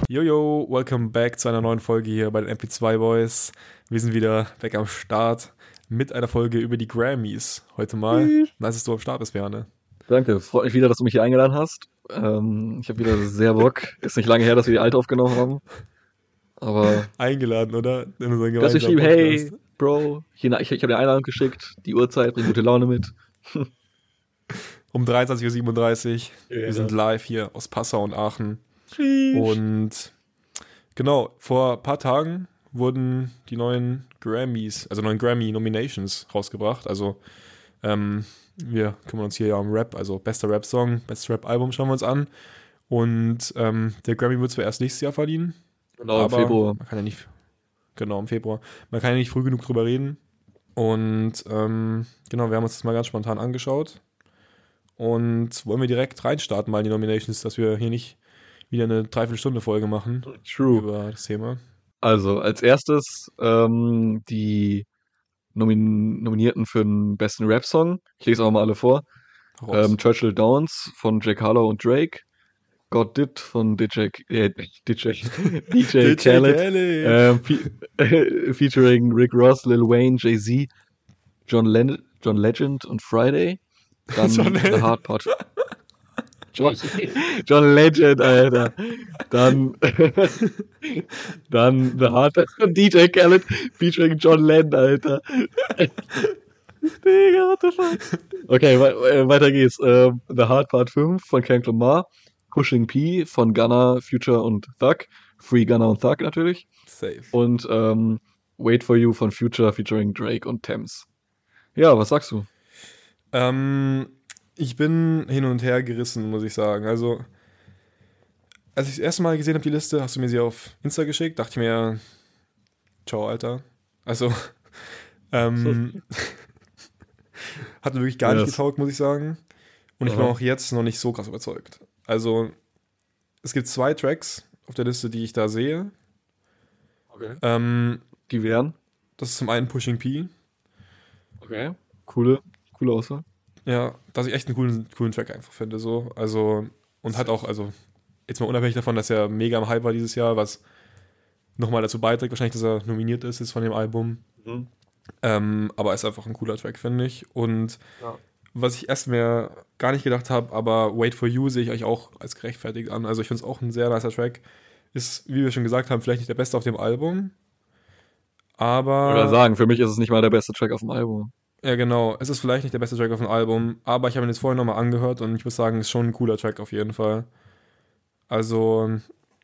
Jojo, welcome back zu einer neuen Folge hier bei den MP2 Boys. Wir sind wieder weg am Start mit einer Folge über die Grammys. Heute mal. Nice, dass du am Start bist, Bjarne. Danke, freut mich wieder, dass du mich hier eingeladen hast. Ich habe wieder sehr Bock. Ist nicht lange her, dass wir die alte aufgenommen haben. Aber Eingeladen, oder? In unseren du hast gemeinsamen geschrieben, hey, Podcast. Bro, ich habe dir eine Einladung geschickt, die Uhrzeit, bring gute Laune mit. Um 23:37 Uhr. Ja. Wir sind live hier aus Passau und Aachen. Und genau, vor ein paar Tagen wurden die neuen Grammys, also neuen Grammy-Nominations rausgebracht. Also wir kümmern uns hier ja um Rap, also bester Rap-Song, bestes Rap-Album schauen wir uns an. Und der Grammy wird zwar erst nächstes Jahr verliehen, Genau, im aber Februar. man kann ja nicht, genau, im Februar, man kann ja nicht früh genug drüber reden. Und genau, wir haben uns das mal ganz spontan angeschaut. Und wollen wir direkt reinstarten mal in die Nominations, dass wir hier nicht wieder eine Dreiviertelstunde-Folge machen True. über das Thema. Also, als erstes die Nominierten für den besten Rap-Song. Ich lese auch mal alle vor. Raus. Churchill Downs von Jack Harlow und Drake. God Did von DJ Khaled. Kelly. Featuring Rick Ross, Lil Wayne, Jay-Z, John Legend und Friday. Dann John The Legend. Hard Part. John Legend, Alter. Dann The Hard Part von DJ Khaled featuring John Lennon, Alter. Digga, what the fuck? Okay, weiter geht's. The Hard Part 5 von Kendrick Lamar. Pushing P von Gunna, Future und Thug. Free Gunna und Thug natürlich. Safe. Und Wait For You von Future featuring Drake und Thames. Ja, was sagst du? Ich bin hin und her gerissen, muss ich sagen. Also, als ich das erste Mal gesehen habe, die Liste, hast du mir sie auf Insta geschickt, dachte ich mir, ciao, Alter. Also, hat mir wirklich gar nicht Yes. getaugt, muss ich sagen. Und ich bin Aha. auch jetzt noch nicht so krass überzeugt. Also, es gibt 2 Tracks auf der Liste, die ich da sehe. Okay. Ähm, Die wären? Das ist zum einen Pushing P. Okay. Coole Auswahl. Ja, dass ich echt einen coolen Track einfach finde, so. Also, und hat auch, also, jetzt mal unabhängig davon, dass er mega im Hype war dieses Jahr, was nochmal dazu beiträgt, wahrscheinlich, dass er nominiert ist jetzt von dem Album. Aber ist einfach ein cooler Track, finde ich. Und Ja. was ich erst mir gar nicht gedacht habe, aber Wait For You sehe ich eigentlich auch als gerechtfertigt an. Also, ich finde es auch ein sehr nicer Track. Ist, wie wir schon gesagt haben, vielleicht nicht der beste auf dem Album. Ich würde Aber, sagen, für mich ist es nicht mal der beste Track auf dem Album. ja genau, es ist vielleicht nicht der beste Track auf dem Album, aber ich habe ihn jetzt vorhin nochmal angehört und ich muss sagen, es ist schon ein cooler Track auf jeden Fall. Also,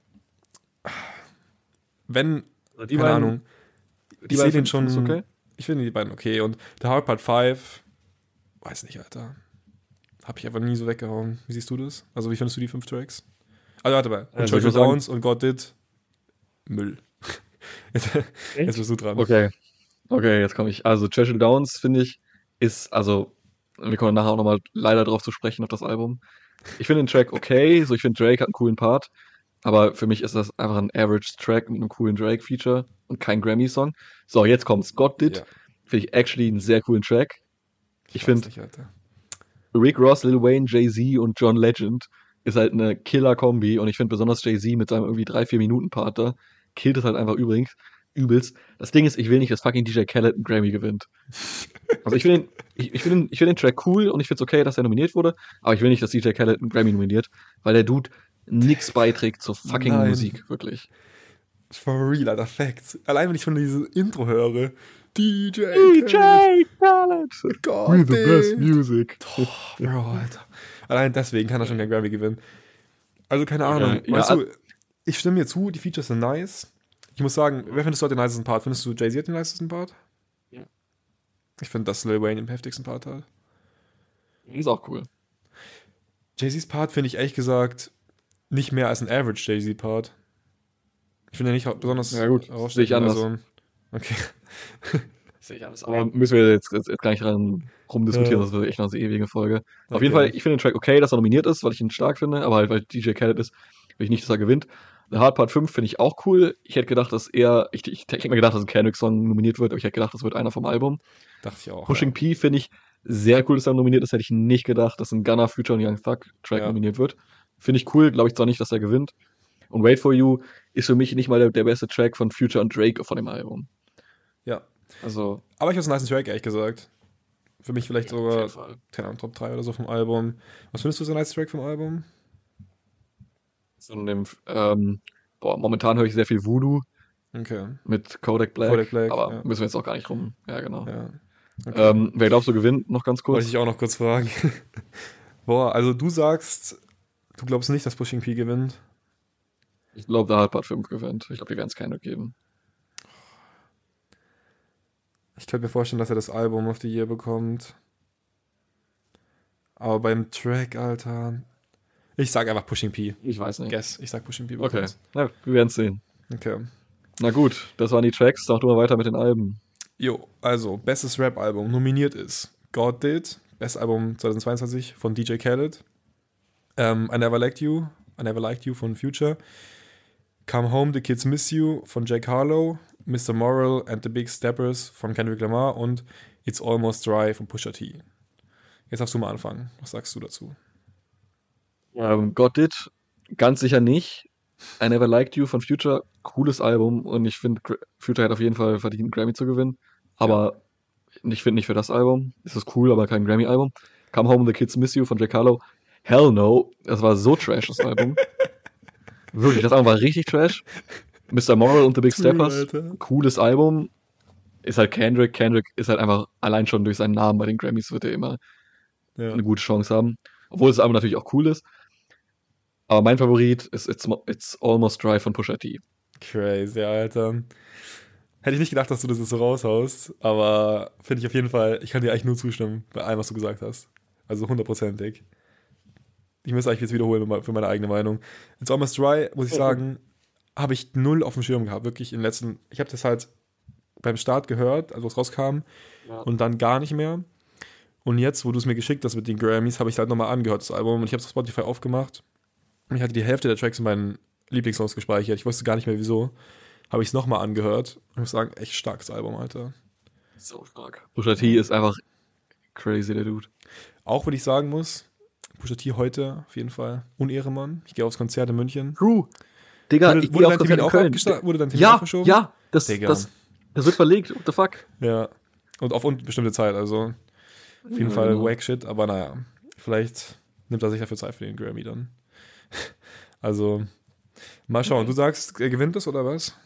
wenn, Die keine beiden, Ahnung, die ich sehe beiden den findest du schon, okay? ich finde die beiden okay. Und The Hard Part 5, weiß nicht, Alter. Habe ich einfach nie so weggehauen. Wie siehst du das? Also, wie findest du die 5 Tracks? Also, warte mal. Und Also ich Churchill muss sagen, Downs und God Did, Müll. Jetzt bist du dran. okay, jetzt komme ich. Also Churchill Downs, finde ich, ist, also, wir kommen nachher auch nochmal leider drauf zu sprechen, auf das Album. Ich finde den Track okay, so ich finde Drake hat einen coolen Part, aber für mich ist das einfach ein Average-Track mit einem coolen Drake-Feature und kein Grammy-Song. So, jetzt kommt's. God Did, Ja, finde ich actually einen sehr coolen Track. Ich ich weiß finde nicht, Alter. Rick Ross, Lil Wayne, Jay-Z und John Legend ist halt eine Killer-Kombi und ich finde besonders Jay-Z mit seinem irgendwie 3-4 Minuten Part da killt es halt einfach übelst. Das Ding ist, ich will nicht, dass fucking DJ Khaled einen Grammy gewinnt. Also ich find den Track cool und ich finde es okay, dass er nominiert wurde, aber ich will nicht, dass DJ Khaled einen Grammy nominiert, weil der Dude nix beiträgt zur fucking Nein. Musik, wirklich. For real, Alter, Facts. Allein wenn ich schon dieses Intro höre. DJ Khaled. Khaled! God We're the best damn. music. Bro, Alter. Allein deswegen kann er schon keinen Grammy gewinnen. Also keine Ahnung. Ja, Weißt du, ich stimme mir zu, die Features sind nice. Ich muss sagen, wer findest du hat den nicesten Part? Findest du Jay-Z hat den nicesten Part? Ja. Ich finde, dass Lil Wayne den heftigsten Part hat. Ist auch cool. Jay-Z's Part finde ich ehrlich gesagt nicht mehr als ein Average Jay-Z-Part. Ich finde ja nicht besonders Ja gut, sehe ich herausstechend. anders. Also, okay. Sehe ich alles. Aber müssen wir jetzt gar nicht dran rumdiskutieren, Ja. das wird echt noch eine ewige Folge. Auf Okay. jeden Fall, ich finde den Track okay, dass er nominiert ist, weil ich ihn stark finde, aber halt, weil DJ Khaled ist, will ich nicht, dass er gewinnt. The Hard Part 5 finde ich auch cool. Ich hätte gedacht, dass ich hätte mir gedacht, dass ein Kendrick-Song nominiert wird, aber ich hätte gedacht, das wird einer vom Album. Dachte ich auch. Pushing P finde ich sehr cool, dass er nominiert ist. Hätte ich nicht gedacht, dass ein Gunna, Future und Young Thug Track Ja. nominiert wird. Finde ich cool, glaube ich zwar nicht, dass er gewinnt. Und Wait For You ist für mich nicht mal der beste Track von Future und Drake von dem Album. Ja. Also, Aber ich habe einen nice Track, ehrlich gesagt. Für mich vielleicht auf sogar, jeden Fall. keine Ahnung, Top 3 oder so vom Album. Was findest du so ein nice Track vom Album? So in dem, momentan höre ich sehr viel Voodoo Okay. mit Kodak Black, Kodak Black, aber ja. müssen wir jetzt auch gar nicht rum. Ja, genau. Ja. Okay. Wer glaubst du gewinnt? Noch ganz Wollte kurz. ich auch noch kurz fragen. Boah, also du sagst, du glaubst nicht, dass Pushing P gewinnt? Ich glaube, der Part 5 gewinnt. Ich glaube, die werden es keine geben. Ich könnte mir vorstellen, dass er das Album of the Year bekommt. Aber beim Track, Alter. Ich sag einfach Pushing P. Ich weiß nicht. Guess. Ich sag Pushing P Okay. bekommt's. Ja, wir werden es sehen. Okay. Na gut, das waren die Tracks. Sag du mal weiter mit den Alben. Jo, also, bestes Rap-Album nominiert ist God Did, bestes Album 2022 von DJ Khaled. I Never Liked You von Future. Come Home, The Kids Miss You von Jack Harlow. Mr. Moral and the Big Steppers von Kendrick Lamar und It's Almost Dry von Pusha T. Jetzt darfst du mal anfangen. Was sagst du dazu? God Did, ganz sicher nicht. I Never Liked You von Future, cooles Album und ich finde, Future hat auf jeden Fall verdient, einen Grammy zu gewinnen. Aber ich finde nicht für das Album. Es ist cool, aber kein Grammy-Album. Come Home, The Kids Miss You von Jack Harlow. Hell no, das war so trash, das Album. Wirklich, das Album war richtig trash. Mr. Moral und The Big Steppers, Alter. cooles Album. Ist halt Kendrick. Kendrick ist halt einfach allein schon durch seinen Namen bei den Grammys wird er immer Ja. eine gute Chance haben. Obwohl das Album natürlich auch cool ist. Aber mein Favorit ist It's Almost Dry von Pusha T. Crazy, Alter. Hätte ich nicht gedacht, dass du das jetzt so raushaust, aber finde ich auf jeden Fall, ich kann dir eigentlich nur zustimmen bei allem, was du gesagt hast. Also 100%ig. Ich müsste eigentlich jetzt wiederholen für meine eigene Meinung. It's Almost Dry, muss ich sagen, habe ich null auf dem Schirm gehabt. Wirklich in den letzten, ich habe das halt beim Start gehört, also es rauskam, und dann gar nicht mehr. Und jetzt, wo du es mir geschickt hast mit den Grammys, habe ich halt nochmal angehört, das Album, und ich habe es auf Spotify aufgemacht. Und ich hatte die Hälfte der Tracks in meinen Lieblingssongs gespeichert. Ich wusste gar nicht mehr wieso. Habe ich es nochmal angehört. Und ich muss sagen, echt starkes Album, Alter. So stark. Pusha T ist einfach crazy, der Dude. Auch wenn ich sagen muss, Pusha T heute auf jeden Fall Unehremann. Ich gehe aufs Konzert in München. True. Digga, Wurde ich gehe auf dein Termin Konzert in auch Köln. Wurde dein Termin auch verschoben? Ja, Digga. das wird verlegt. What the fuck? Ja. Und auf unbestimmte Zeit, also auf jeden Fall wack shit, aber naja. Vielleicht nimmt er sich dafür Zeit für den Grammy dann. Also, mal schauen. Du sagst, er gewinnt das oder was?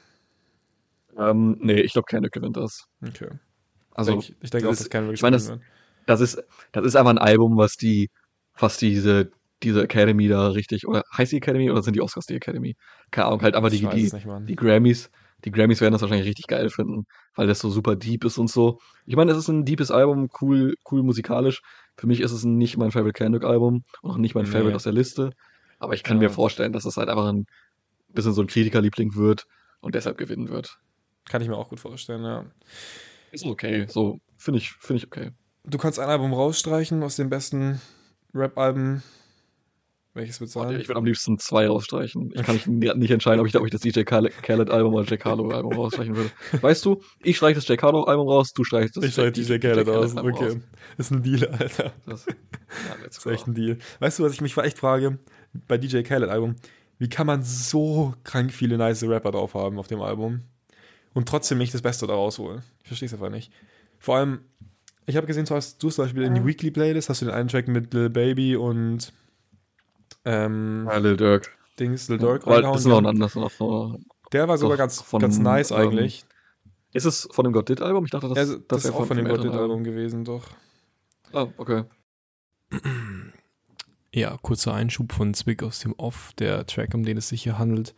Nee, ich glaube, Kendrick gewinnt das. Okay. Also, Ich denke auch, dass Kendrick ich meine, gewinnen wird. das ist einfach ein Album, was diese Academy da richtig, oder heißt die Academy oder sind die Oscars die Academy? Keine Ahnung, halt einfach Ich weiß es nicht, Mann. die Grammys werden das wahrscheinlich richtig geil finden, weil das so super deep ist und so. Ich meine, es ist ein deepes Album, cool musikalisch. Für mich ist es nicht mein Favorite Kendrick-Album und auch nicht mein Nee. Favorite aus der Liste. Aber ich kann mir vorstellen, dass das halt einfach ein bisschen so ein Kritikerliebling wird und deshalb gewinnen wird. Kann ich mir auch gut vorstellen, ja. Ist okay, so finde ich okay. Du kannst ein Album rausstreichen aus den besten Rap-Alben. Welches wird sein? Ich würde am liebsten 2 rausstreichen. Ich kann mich nicht entscheiden, ob ich das DJ Khaled-Album oder Jack Harlow-Album rausstreichen würde. Weißt du, ich streiche das Jack Harlow-Album raus, du streichst das Ich streiche DJ Khaled aus. Album Okay. raus. Ist ein Deal, Alter. Das ist echt ein Deal. Weißt du, was ich mich echt frage? Bei DJ Khaled-Album, wie kann man so krank viele nice Rapper drauf haben auf dem Album und trotzdem nicht das Beste da rausholen? Ich verstehe es einfach nicht. Vor allem, ich habe gesehen, du hast zum Beispiel in die Weekly Playlist, hast du den einen Track mit Lil Baby und Lil Durk. Lil Durk reingehauen. Das ist noch ein anderes. Der war sogar ganz nice eigentlich. Ist es von dem God Did-Album? Ich dachte, das ist auch von dem God Did-Album gewesen, doch. Ah, okay. Ja, kurzer Einschub von Zwick aus dem Off. Der Track, um den es sich hier handelt,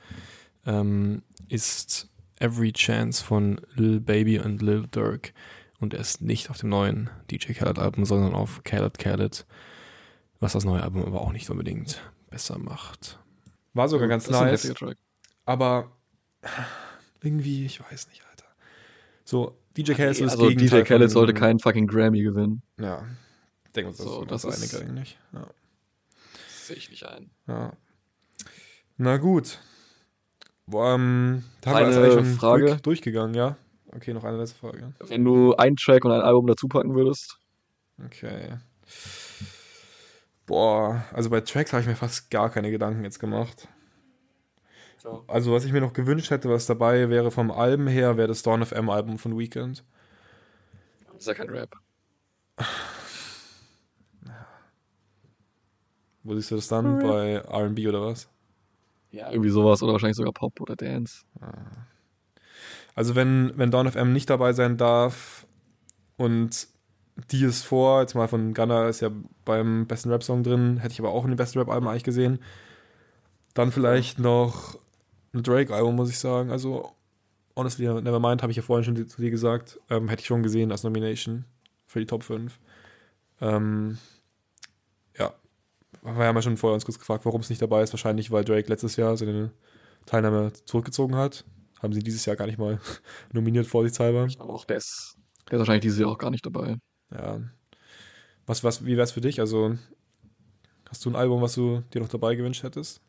ist Every Chance von Lil Baby und Lil Durk. Und er ist nicht auf dem neuen DJ Khaled-Album, sondern auf Khaled, was das neue Album aber auch nicht unbedingt besser macht. War sogar ganz nice, aber irgendwie, ich weiß nicht, Alter. So, DJ Khaled ist das Gegenteil. DJ Khaled sollte keinen fucking Grammy gewinnen. Ja, ich denke, das ist einig eigentlich. Ja. Sehe ich nicht ein. Ja. Na gut. Haben wir eine das eigentlich schon Frage durchgegangen, ja? Okay, noch eine letzte Frage. Wenn du einen Track und ein Album dazu packen würdest? Okay. Boah, also bei Tracks habe ich mir fast gar keine Gedanken jetzt gemacht. Also, was ich mir noch gewünscht hätte, was dabei wäre vom Alben her, wäre das Dawn of M-Album von Weeknd. Das ist ja kein Rap. Wo siehst du das dann? Bei R&B oder was? Ja, irgendwie sowas oder wahrscheinlich sogar Pop oder Dance. Also, wenn Dawn of M nicht dabei sein darf und die ist vor, jetzt mal von Gunna ist ja beim besten Rap-Song drin, hätte ich aber auch in den besten Rap-Alben eigentlich gesehen. Dann vielleicht noch ein Drake-Album, muss ich sagen. Also, honestly, Nevermind habe ich ja vorhin schon zu dir gesagt, hätte ich schon gesehen als Nomination für die Top 5. Ja, wir haben ja schon vorher uns kurz gefragt, warum es nicht dabei ist. Wahrscheinlich, weil Drake letztes Jahr seine Teilnahme zurückgezogen hat. Haben sie dieses Jahr gar nicht mal nominiert, vorsichtshalber. Aber auch der ist wahrscheinlich dieses Jahr auch gar nicht dabei. Ja. Wie wär's für dich? Also, hast du ein Album, was du dir noch dabei gewünscht hättest?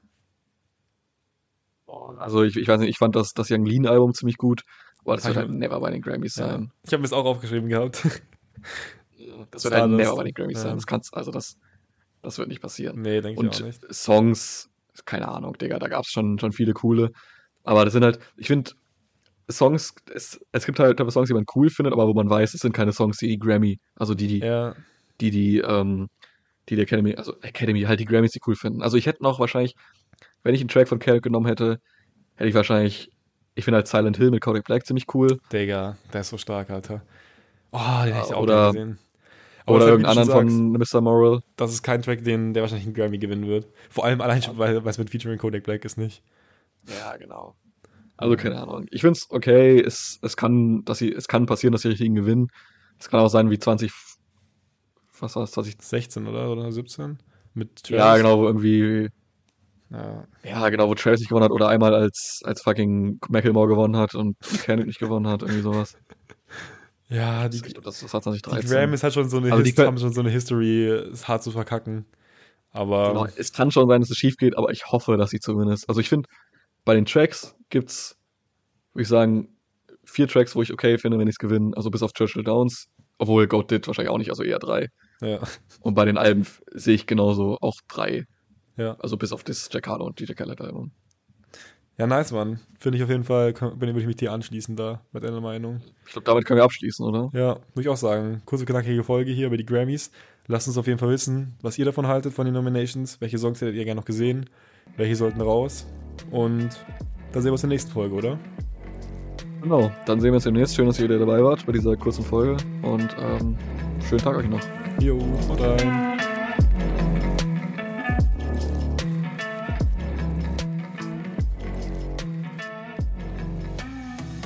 Also ich weiß nicht, ich fand das Young Lean-Album ziemlich gut, aber das Ja, wird ich- halt never bei den Grammys Ja. sein. Ich habe mir das auch aufgeschrieben gehabt. Das wird halt Stardust. never bei den Grammys Ja. sein. Das wird nicht passieren. Nee, denke ich auch Und nicht. Songs, keine Ahnung, Digga, da gab es schon viele coole. Aber das sind halt, ich finde, Songs, es gibt halt Songs, die man cool findet, aber wo man weiß, es sind keine Songs, die Grammy, also die Ja, Academy, halt die Grammys, die cool finden. Also ich hätte noch wahrscheinlich, wenn ich einen Track von Kendrick genommen hätte, hätte ich wahrscheinlich, ich finde halt Silent Hill mit Kodak Black ziemlich cool. Digga, der ist so stark, Alter. Oh, den hätte ich auch Oder- gerne gesehen. Aber Oder es ist halt, wie du irgendeinen schon anderen sagst, von Mr. Moral. das ist kein Track, der wahrscheinlich einen Grammy gewinnen wird. Vor allem allein schon, weil es mit Featuring Kodak Black ist nicht. Ja, genau. Also keine Ahnung. Ich finde es okay, es kann passieren, dass die richtigen gewinnen. Es kann auch sein wie 20, was war das, 20, 16 oder 17? Mit Travis. ja genau, wo irgendwie, Ja. ja genau, wo Travis nicht gewonnen hat oder einmal als fucking Macklemore gewonnen hat und Kendrick nicht gewonnen hat, irgendwie sowas. Ja, Ich glaube, das war die 2013. Grammys hat schon so eine Also die können- haben schon so eine History, es hart zu verkacken. Aber Genau, es kann schon sein, dass es schief geht, aber ich hoffe, dass sie zumindest. Also ich finde, bei den Tracks gibt's, würde ich sagen, 4 Tracks, wo ich okay finde, wenn ich es gewinne. Also bis auf Churchill Downs, obwohl Goat did wahrscheinlich auch nicht, also eher 3. ja, Und bei den Alben sehe ich genauso auch 3. ja. Also bis auf das Jack Harlow und DJ Khaled Album. Ja, nice, Mann. Finde ich auf jeden Fall, würde ich mich dir anschließen da, mit deiner Meinung. Ich glaube, damit können wir abschließen, oder? Ja, würde ich auch sagen. Kurze, knackige Folge hier über die Grammys. Lasst uns auf jeden Fall wissen, was ihr davon haltet von den Nominations. Welche Songs hättet ihr gerne noch gesehen? Welche sollten raus? Und dann sehen wir uns in der nächsten Folge, oder? Genau. Dann sehen wir uns demnächst. Schön, dass ihr wieder dabei wart bei dieser kurzen Folge. Und schönen Tag euch noch. Jo, haut rein.